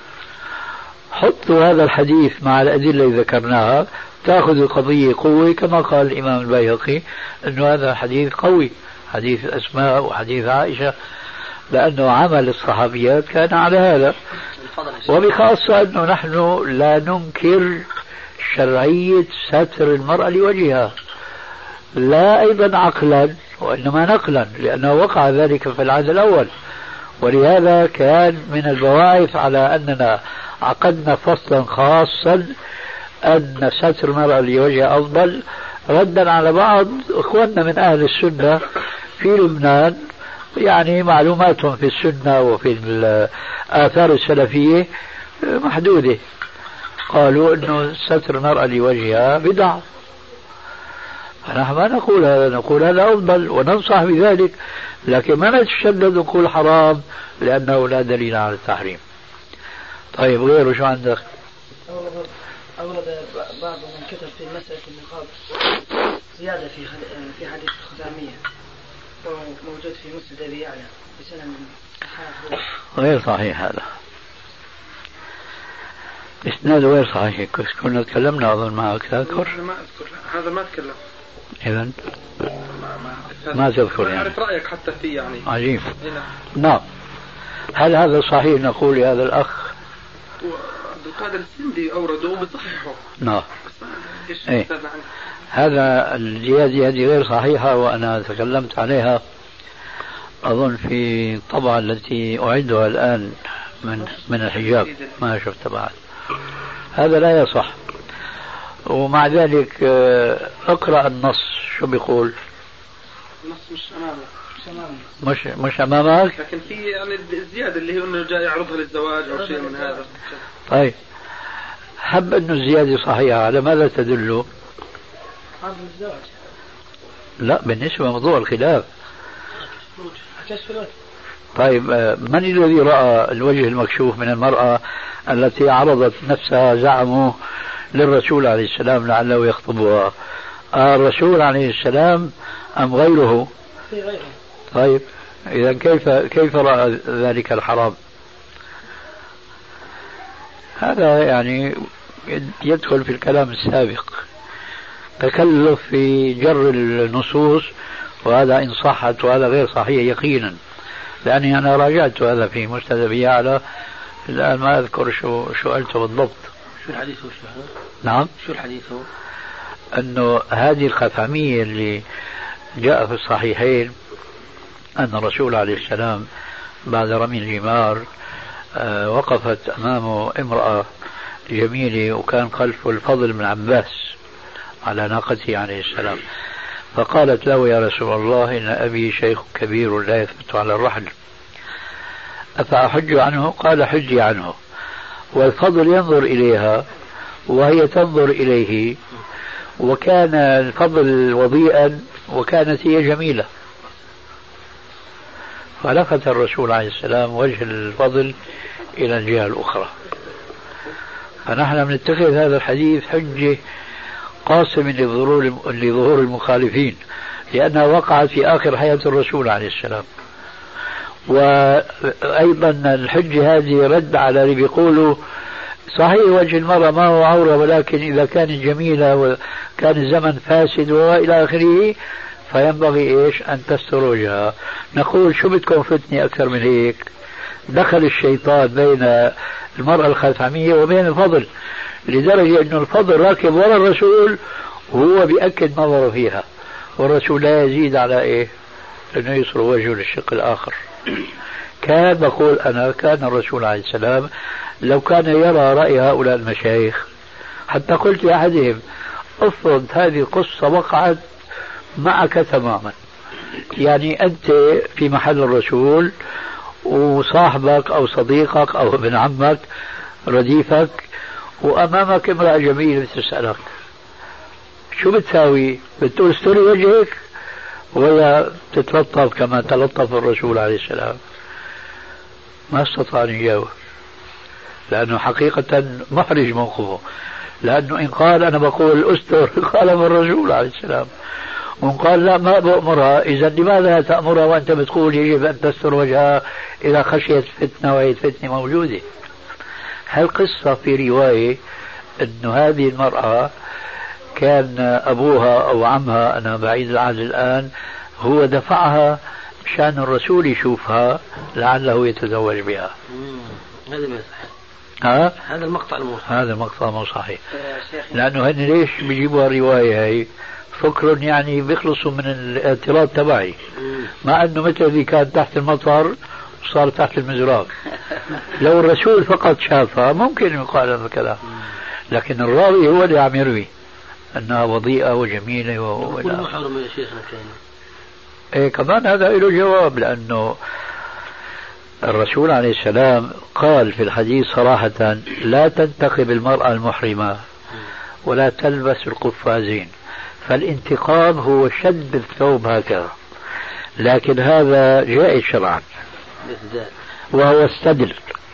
حطوا هذا الحديث مع الأدلة اللي ذكرناها، تأخذ القضية قوة، كما قال الإمام البيهقي أنه هذا حديث قوي، حديث أسماء وحديث عائشة، لأنه عمل الصحابيات كان على هذا. وبخاصة أنه نحن لا ننكر شرعية ستر المرأة لوجهها، لا أيضا عقلا وإنما نقلا، لأنه وقع ذلك في العهد الأول. ولهذا كان من البواعث على أننا عقدنا فصلا خاصا أن ستر المرأة لوجهها أفضل، ردا على بعض إخواننا من أهل السنة في لبنان، يعني معلوماتهم في السنة وفي الآثار السلفية محدودة، قالوا أنه ستر المرأة لوجهها بدعة. نحن ما نقول هذا، نقول هذا أفضل وننصح بذلك، لكن ما نتشدد ونقول حرام لأنه لا دليل على التحريم. طيب غيره شو عندك؟ أورد بعض من كتب في مسألة النقاب زيادة في في حديث الخزامية موجود في مسند أبي يعلى بسند صحيح. غير صحيح هذا، إسناده غير صحيح. كنا تكلمنا أظن معك، تذكر؟ ما أذكر هذا، ما تكلم. إذن ما تذكر يعني. أعرف رأيك حتى فيه يعني. عجيب. نعم. هل هذا صحيح نقول لهذا الأخ؟ عبد القادر السندي أورده وبصححه. نعم. بس إيه. هذا الزيادة هذه غير صحيحة، وأنا تكلمت عليها أظن في الطبعة التي أعدها الآن من من الحجاب، ما شفت بعد. هذا لا يصح. ومع ذلك اقرأ النص شو بيقول. النص مش أمامي. مش مش أمامك. لكن في يعني الزيادة اللي هي إنه جاي يعرضها للزواج أو شيء من هذا. طيب حب إنه الزيادة صحيحة، على ماذا تدل؟ عرض الزواج. لا، بالنسبة لموضوع الخلاف. طيب من الذي رأى الوجه المكشوف من المرأة التي عرضت نفسها زعموا للرسول عليه السلام لعله يخطبها؟ الرسول عليه السلام أم غيره؟ في غيره. طيب إذا كيف كيف رأى ذلك الحرام؟ هذا يعني يدخل في الكلام السابق، تكلف في جر النصوص، وهذا إن صحت، وهذا غير صحيح يقينا، لأني أنا راجعت هذا في مسند أبي يعلى، الآن ما أذكر شو شو قلته بالضبط. شو الحديث هو شو؟ نعم. شو الحديث هو؟ أنه هذه الخثعمية اللي جاء في الصحيحين أن الرسول عليه السلام بعد رمي الجمار آه وقفت أمامه امرأة جميلة، وكان خلفه الفضل بن عباس على ناقته عليه السلام، فقالت له يا رسول الله إن أبي شيخ كبير لا يثبت على الرحل، أفأحج عنه؟ قال حجي عنه. والفضل ينظر إليها وهي تنظر إليه، وكان الفضل وضيئا وكانت هي جميلة، فلفت الرسول عليه السلام وجه الفضل إلى الجهة الأخرى. فنحن بنتخذ هذا الحديث حجة قاسم لظهور المخالفين، لأنها وقعت في آخر حياة الرسول عليه السلام. وأيضا الحجة هذه رد على اللي بيقولوا صحيح وجه المرأة ما هو عورة، ولكن إذا كانت جميلة وكان الزمن فاسد وإلى آخره فينبغي إيش أن تستر وجهها. نقول شو بدكم فتني أكثر من هيك؟ دخل الشيطان بين المرأة الخثعمية وبين الفضل، لدرجة أن الفضل راكب وراء الرسول وهو بيأكد نظره فيها، والرسول لا يزيد على إيه أنه يصر وجهه للشق الآخر. كان بقول أنا كان الرسول عليه السلام لو كان يرى رأي هؤلاء المشايخ، حتى قلت لأحدهم افرض هذه القصة وقعت معك تماما، يعني أنت في محل الرسول وصاحبك أو صديقك أو ابن عمك رديفك وأمامك امرأة جميلة تسألك شو بتساوي؟ بتقول استري وجهك ولا تتلطف كما تلطف الرسول عليه السلام؟ ما استطاع أن يجاوب، لأنه حقيقة محرج موقفه، لأنه إن قال أنا بقول أستر قال من الرسول عليه السلام، وإن قال لا ما بأمرها، إذا لماذا تأمرها وأنت بتقول يجب أن تستر وجهها إذا خشيت فتنة وهي فتنة موجودة؟ هالقصة في رواية أن هذه المرأة كان أبوها أو عمها، أنا بعيد العهد الآن، هو دفعها مشان الرسول يشوفها لعله يتزوج بها. هذا ما صحيح. ها؟ هذا المقطع مو صحيح. هذا المقطع مو صحيح، لأنه هن ليش بيجيبوا الرواية هي؟ فكر يعني بيخلصوا من الاعتراض تبعي، مع أنه مثل اللي كان تحت المطر صار تحت المزراق. لو الرسول فقط شافها ممكن يقال هذا الكلام، لكن الراوي هو اللي عم يروي أنها وضيئة وجميلة و... كل محرم يا شيخنا كان. إيه كمان هذا له جواب، لأنه الرسول عليه السلام قال في الحديث صراحة لا تنتقب المرأة المحرمة ولا تلبس القفازين، فالانتقاب هو شد الثوب هكذا، لكن هذا جائز شرعا وهو استدل.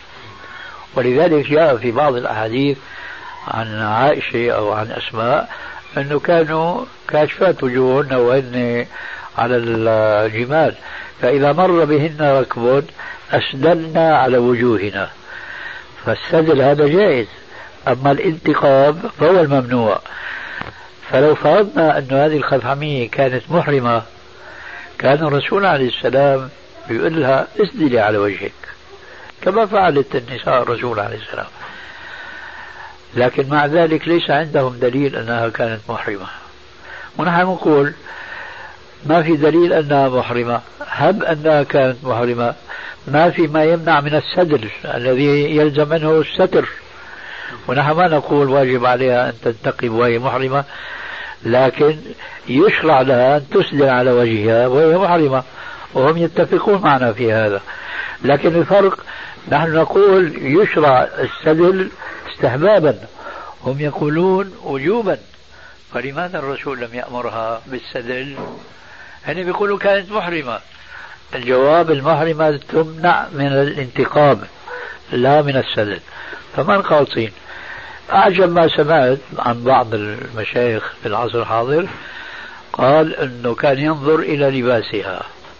ولذلك جاء في بعض الأحاديث عن عائشة أو عن أسماء أنه كانوا كاشفات وجوههن وهن على الجمال، فإذا مر بهن ركب أسدلنا على وجوهنا، فالسدل هذا جائز، أما الانتقاب فهو الممنوع. فلو فرضنا أن هذه الخثعمية كانت محرمة كان الرسول عليه السلام بيقول لها اسدلي على وجهك كما فعلت النساء الرسول عليه السلام، لكن مع ذلك ليس عندهم دليل أنها كانت محرمة. ونحن نقول ما في دليل أنها محرمة، هب أنها كانت محرمة ما في ما يمنع من السدل الذي يلزم منه الستر، ونحن ما نقول واجب عليها أن تنتقب وهي محرمة، لكن يشرع لها أن تسدل على وجهها وهي محرمة، وهم يتفقون معنا في هذا. لكن الفرق نحن نقول يشرع السدل استحبابا، هم يقولون وجوبا. فلماذا الرسول لم يأمرها بالسدل؟ هن بيقولوا كانت محرمة. الجواب المحرمة تمنع من الانتقاب لا من السدل، فمن قاطين. أعجب ما سمعت عن بعض المشايخ في العصر الحاضر قال أنه كان ينظر إلى لباسها،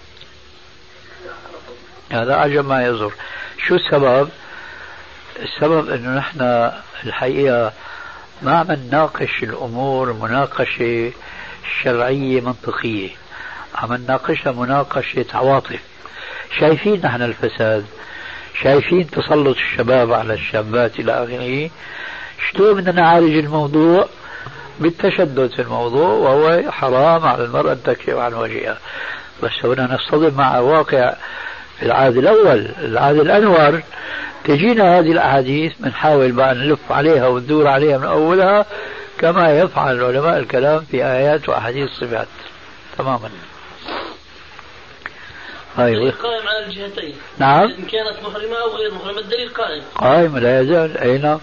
هذا أعجب ما يظهر. شو السبب؟ السبب أنه نحن الحقيقة ما عم نناقش الأمور مناقشة شرعية منطقية، عم نناقشها مناقشة عواطف. شايفين نحن الفساد، شايفين تسلط الشباب على الشابات إلى آخره. شتو بدنا نعالج الموضوع بالتشدد في الموضوع، وهو حرام على المرأة أن تكشف عن وجهها. بس بدنا نصطدم مع واقع في العهد الأول، العهد الأنور، تجينا هذه الأحاديث بنحاول بقى نلف عليها وندور عليها من أولها كما يفعل علماء الكلام في آيات وأحاديث الصفات تماما. الدليل قائم على الجهتين. نعم. إن كانت محرمة أو غير محرمة الدليل قائم. قائم لا يزال. أين؟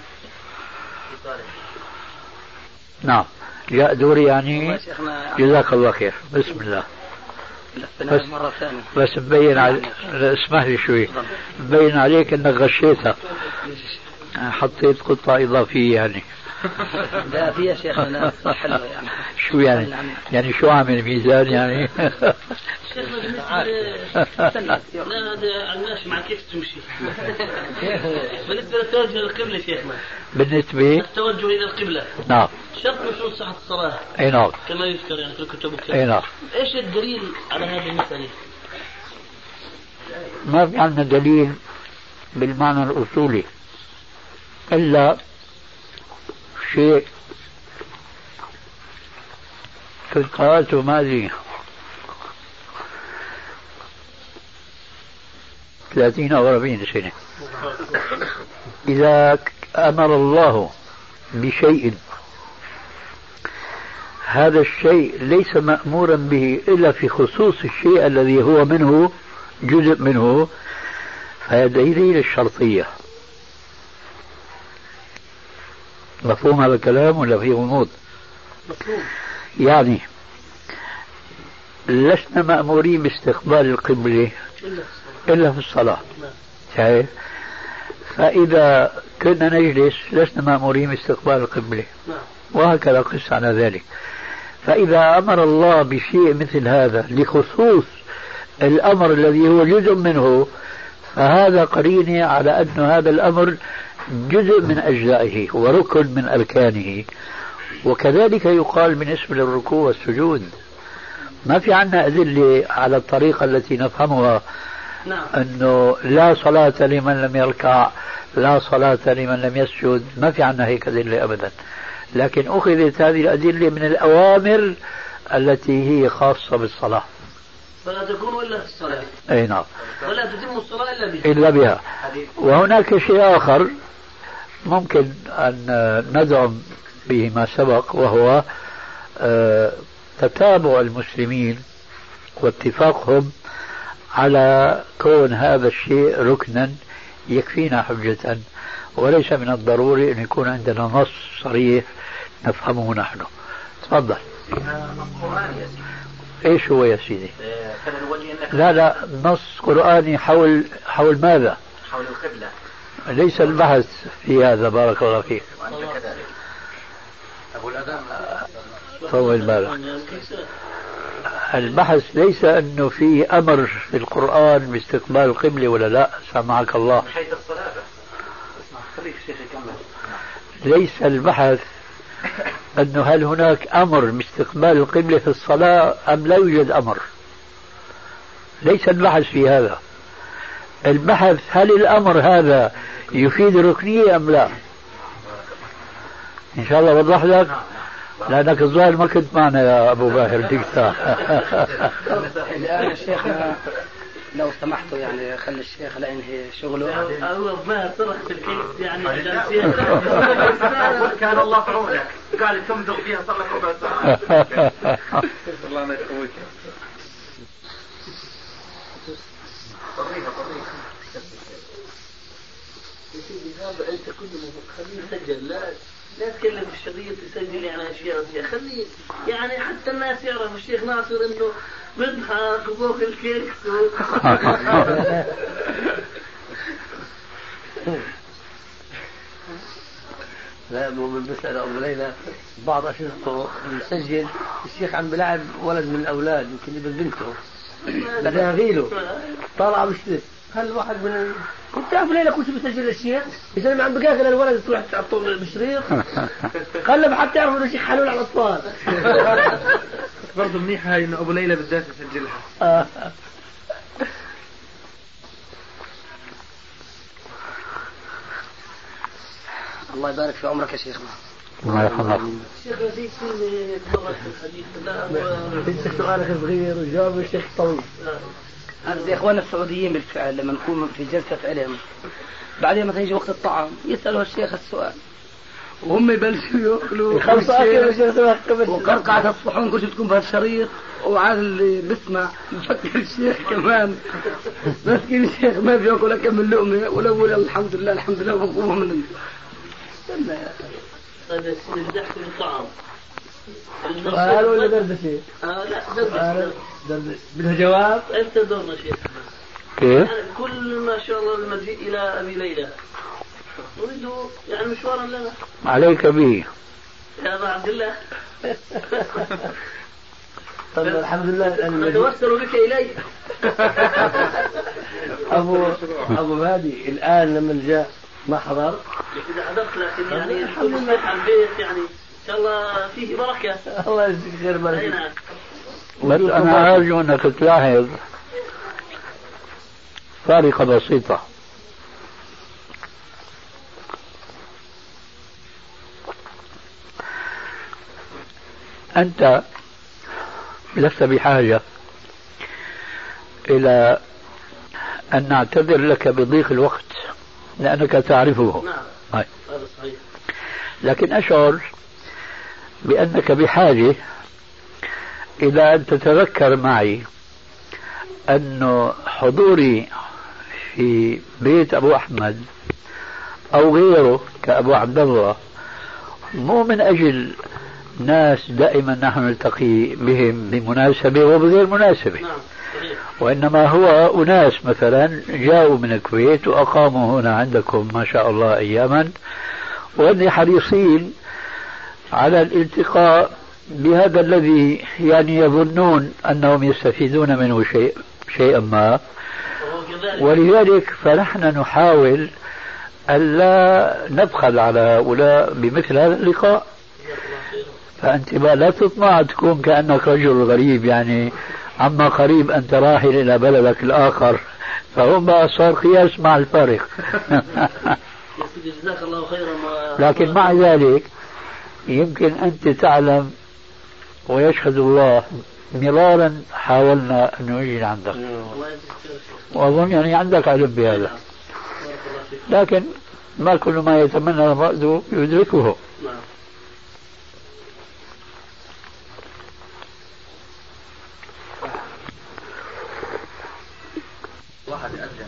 نعم. جاء دوري يعني. جزاك الله خير. بسم الله. بس مرة ثانية. بس مبين على اسمح لي شوي. مبين عليك انك غشيتها. حطيت قطعة إضافية يعني. لا في يا شيخنا حلوة يعني. شو يعني؟ يعني شو عامل ميزان يعني؟ شيخنا بالنسبة لا هذا على الماشي مع كيف تمشي. بالنسبة للتوجه إلى القبلة شيخنا. بالنسبة التوجه إلى القبلة. نعم. شرط من شروط صحة الصلاة. أي نعم. كما يذكر يعني في الكتب الكتاب. أي نعم. إيش الدليل على هذه المسألة؟ ما في عندنا دليل بالمعنى الأصولي إلا شيء كنت قرأته ماضي ثلاثين أو أربعين سنة. إذا أمر الله بشيء هذا الشيء ليس مأمورا به إلا في خصوص الشيء الذي هو منه جزء منه، فهذا دليل الشرطية. مفهوم هذا الكلام ولا فيه غموض؟ مفهوم. يعني لسنا مأمورين باستقبال القبلة إلا في الصلاة. شايف؟ فإذا كنا نجلس لسنا مأمورين باستقبال القبلة، وهكذا قس على ذلك. فإذا أمر الله بشيء مثل هذا لخصوص الأمر الذي هو جزء منه، فهذا قرينة على أن هذا الأمر جزء من أجزائه وركن من أركانه. وكذلك يقال بالنسبة للركوع والسجود. ما في عنا أدلة على الطريقة التي نفهمها، نعم. أنه لا صلاة لمن لم يركع، لا صلاة لمن لم يسجد، ما في عنا هيك أدلة أبدا. لكن أخذت هذه الأدلة من الأوامر التي هي خاصة بالصلاة. فلا تكون إلا في الصلاة. أي نعم. ولا تتم الصلاة إلا بها. إلا بها. وهناك شيء آخر ممكن أن ندعم به ما سبق، وهو تتابع المسلمين واتفاقهم على كون هذا الشيء ركنا يكفينا حجة، وليس من الضروري أن يكون عندنا نص صريح نفهمه نحن. تفضل. ايش هو يا سيدي؟ لا لا نص قرآني حول حول ماذا؟ حول القبلة. ليس البحث في هذا. بارك الله فيك. وأنت كذلك. أبو الأدم طول بالك. البحث ليس أنه في أمر في القرآن باستقبال القبلة ولا لا. سامعك الله. حيث الصلاة. اسمع خليك شيخ يكمل. ليس البحث أنه هل هناك أمر باستقبال القبلة في الصلاة أم لا يوجد أمر. ليس البحث في هذا. البحث هل الأمر هذا يفيد الركنية أم لا. إن شاء الله وضح لك. لأنك الظاهر ما كنت معنا يا أبو باهر تكتاه. الآن الشيخ لو سمحتوا يعني خلي الشيخ لا ينهي شغله. هو ما صرح في الكيس يعني كان الله في عونك قاعد تمضغ فيها صار لك ربع ساعة. الله ما يقويك. طريقة طريقة. يا سيدي هذا أنت كل ما خليه يسجل لا لا تكلم في الشريط يسجل يعني أشياء فيها خليه يعني حتى الناس يعرفوا الشيخ ناصر إنه بيضحك وباكل الكيكس و... لا مو بسأل أبو ليلى بعض أشرطه مسجل الشيخ عم بلعب ولد من الأولاد يمكن ابن بنته بدها غيله طالع بشتري هل واحد من كنت أبو ليلى كنت بسجل الشيخ يسلم عم بقاقل الولد تروح تعطوه بالشريط قلب حتى يعرفوا إنه شيخ حلول على الأطفال. برضه منيحة هاي إنه أبو ليلى بالذات يسجلها. الله يبارك في عمرك يا شيخنا. الله يرحمك. الشيخ في كلمة مرة في الحديث لا انت سؤالك صغير وجاوب الشيخ طويل. هذا زي إخواننا السعوديين بالفعل لما نكون في جلسة علم بعدين مثلا يجي وقت الطعام يسألوا الشيخ السؤال وهم يبلشوا يأكلوا وقرقعة الصحون كل شيء بتكون بهالشريط وعاد اللي بسمع بفكر الشيخ كمان مسكين الشيخ ما بياكل كم اللقمة ولا يقول الحمد لله الحمد لله وقوم من هذا الضحك بالطعام. سؤال ولا دردشة؟ آه لا دردشة. دردشة بدها جواب؟ أنت دورنا شيخ. كيف؟ كل ما شاء الله المجيء إلى أبي ليلى نريد يعني مشوارا لنا. عليك به. يا أبا عبد الله. طب الحمد لله نتوسل بك إلي. أبو أبو هادي الآن لما جاء ما حضر؟ إذا حضرت لكن يعني الحمد لله على البيت يعني إن شاء الله فيه بركة. الله يجزيك خير بركة. بس أنا أرجو أنك تلاحظ فارقة بسيطة. أنت لست بحاجة إلى أن نعتذر لك بضيق الوقت لأنك تعرفه. نعم هاي. هذا صحيح. لكن أشعر بأنك بحاجة إلى أن تتذكر معي أن حضوري في بيت أبو أحمد أو غيره كأبو عبد الله مو من أجل ناس دائما نحن نلتقي بهم بمناسبة وبغير مناسبة. نعم صحيح. وإنما هو أناس مثلا جاءوا من الكويت وأقاموا هنا عندكم ما شاء الله أياما وهم حريصين على الالتقاء بهذا الذي يعني يظنون أنهم يستفيدون منه شيء شيئا ما. ولذلك فنحن نحاول ألا نبخل على هؤلاء بمثل هذا اللقاء. فأنت لا تطمع تكون كأنك رجل غريب يعني عما قريب أنت راحل إلى بلدك الآخر فهم بقى صار قياس مع الفارق. جزاك الله خيرا. لكن مع ذلك يمكن أنت تعلم ويشهد الله مرارا حاولنا أن نجي عندك وأظن يعني عندك علم بهذا لكن ما كل ما يتمنى المرء يدركه. واحد يأذن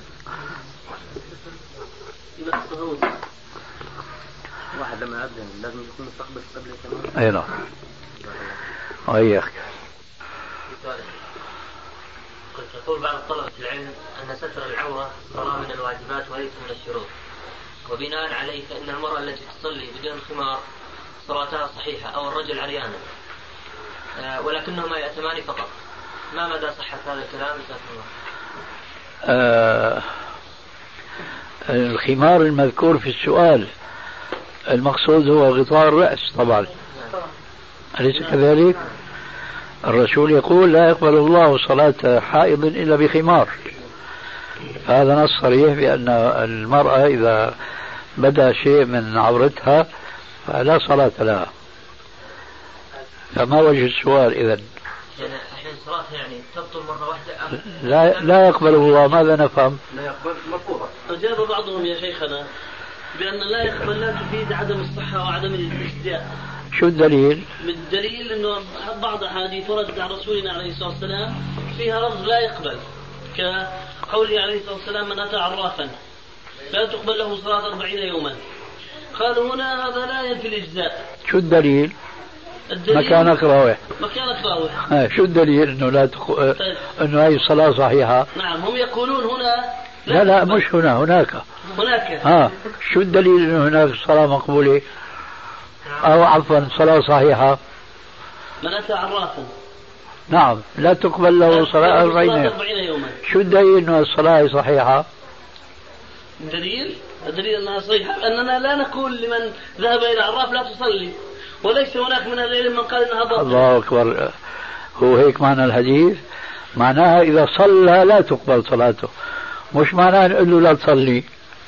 واحد لما يأذن لازم يكون مستقبل قبل كمان. أي نعم. وإياك. قلت يقول بعض طلبة العلم أن ستر العورة صلاة من الواجبات وليس من الشروط وبناء عليه فإن المرأة التي تصلي بدون خمار صلاتها صحيحة أو الرجل عريانا ولكنهما يأتمان فقط. ما مدى صحة هذا الكلام؟ آه الخمار المذكور في السؤال المقصود هو غطاء الرأس طبعا أليس كذلك؟ الرسول يقول لا يقبل الله صلاة حائض إلا بخمار. هذا نص صريح بأن المرأة إذا بدا شيء من عورتها فلا صلاة لها. فما وجه السؤال إذن؟ يعني أحيانا الصلاة يعني تبطل مرة واحدة. لا لا يقبله الله، ماذا نفهم؟ لا يقبل مرفوضة. أجاب بعضهم يا شيخنا بأن لا يقبل لا تفيد عدم الصحة وعدم الاجتزاء. شو الدليل؟ بالدليل أنه بعض أحاديث وردت عن رسولنا عليه الصلاة والسلام فيها لفظ لا يقبل، كقوله عليه الصلاة والسلام من أتى عرافا لا تقبل له صلاة أربعين يوما. قالوا هنا هذا لا ينفي الإجزاء. شو الدليل؟ الدليل مكانك راوح. مكانك راوح. آه شو الدليل انه لا تق... طيب. انه هاي الصلاة صحيحة؟ نعم هم يقولون هنا لا لا, لا مش هنا هناك. هناك. ها شو الدليل انه هناك صلاة مقبولة؟ او عفوا صلاة صحيحة. من أتى عرافا نعم لا تقبل له صلاة أربعين يوما. شو الدليل انه الصلاة صحيحة؟ الدليل الدليل انها صحيحة اننا لا نقول لمن ذهب الى عراف لا تصلي، وليس هناك من العلم من قال انها باطلة. الله اكبر. هو هيك معنى الحديث؟ معناها اذا صلى لا تقبل صلاته، مش معناها نقول له لا تصلي.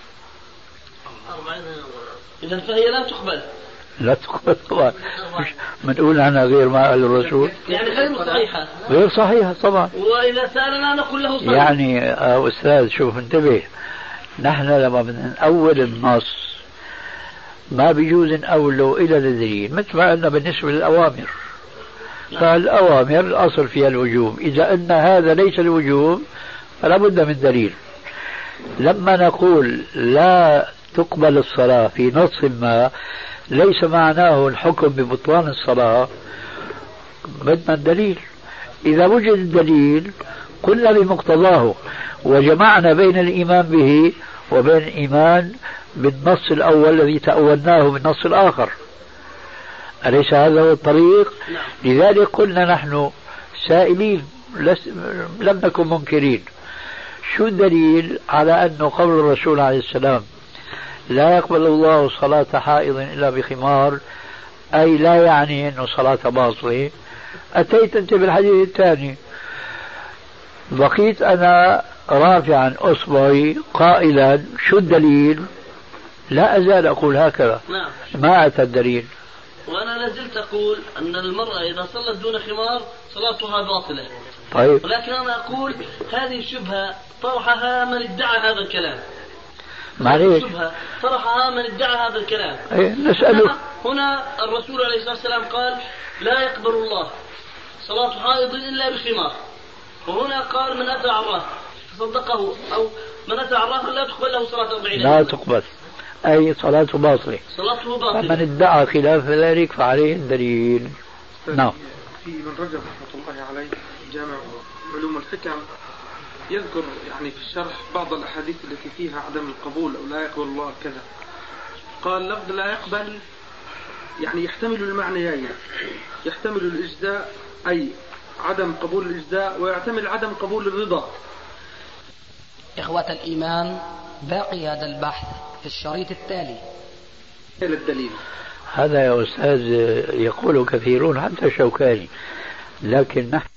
اذا فهي لا تقبل. لا تقبل طبعا، مش بنقول عنها غير ما قال الرسول، يعني غير صحيحة. غير صحيحة طبعا. واذا سالنا نقول له صلي. يعني آه استاذ شوف انتبه، نحن لما بدنا نأول النص ما بيجوز نأوله إلى الدليل، مثل ما قلنا بالنسبة للأوامر. فالأوامر الأصل فيها الوجوب، إذا أن هذا ليس الوجوب فلا بد من دليل. لما نقول لا تقبل الصلاة في نص ما ليس معناه الحكم ببطلان الصلاة، بدنا الدليل. إذا وجد الدليل قلنا بمقتضاه، وجمعنا بين الإيمان به وبين الإيمان بالنص الأول الذي تأولناه بالنص الآخر. أليس هذا هو الطريق؟ لذلك قلنا نحن سائلين لم نكن منكرين. شو الدليل على أنه قول الرسول عليه السلام لا يقبل الله صلاة حائض إلا بخمار، أي لا يعني أنه صلاة باطلة. أتيت أنت بالحديث الثاني، بقيت أنا رافعا أصبعي قائلا شو الدليل؟ لا أزال أقول هكذا. نعم. ما أتى الدليل. وأنا لازلت أقول أن المرأة إذا صلت دون خمار صلاتها باطلة. طيب. ولكن أنا أقول هذه الشبهة طرحها من ادعى هذا الكلام. معليش. الشبهة طرحها من ادعى هذا الكلام. أيه نسأله. هنا الرسول عليه الصلاة والسلام قال لا يقبل الله صلاة حائض إلا بخمار، وهنا قال من أتى عراف فصدقه أو من أتى عراف لا تقبل له صلاة أربعين. لا تقبل، أي صلاته باطلة. صلاته باطلة. فمن ادعى خلاف ذلك فعليه الدليل. نعم. في ابن رجب رحمة الله عليه جامع علوم الحكم يذكر يعني في الشرح بعض الأحاديث التي فيها عدم القبول أو لا يقبل الله كذا. قال لفظ لا يقبل يعني يحتمل المعنيين، يحتمل الإجزاء أي عدم قبول الإجزاء، ويحتمل عدم قبول الرضا. إخوة الإيمان، باقي هذا البحث في الشريط التالي. الدليل هذا يا أستاذ يقول كثيرون حتى شوكاني، لكن نحن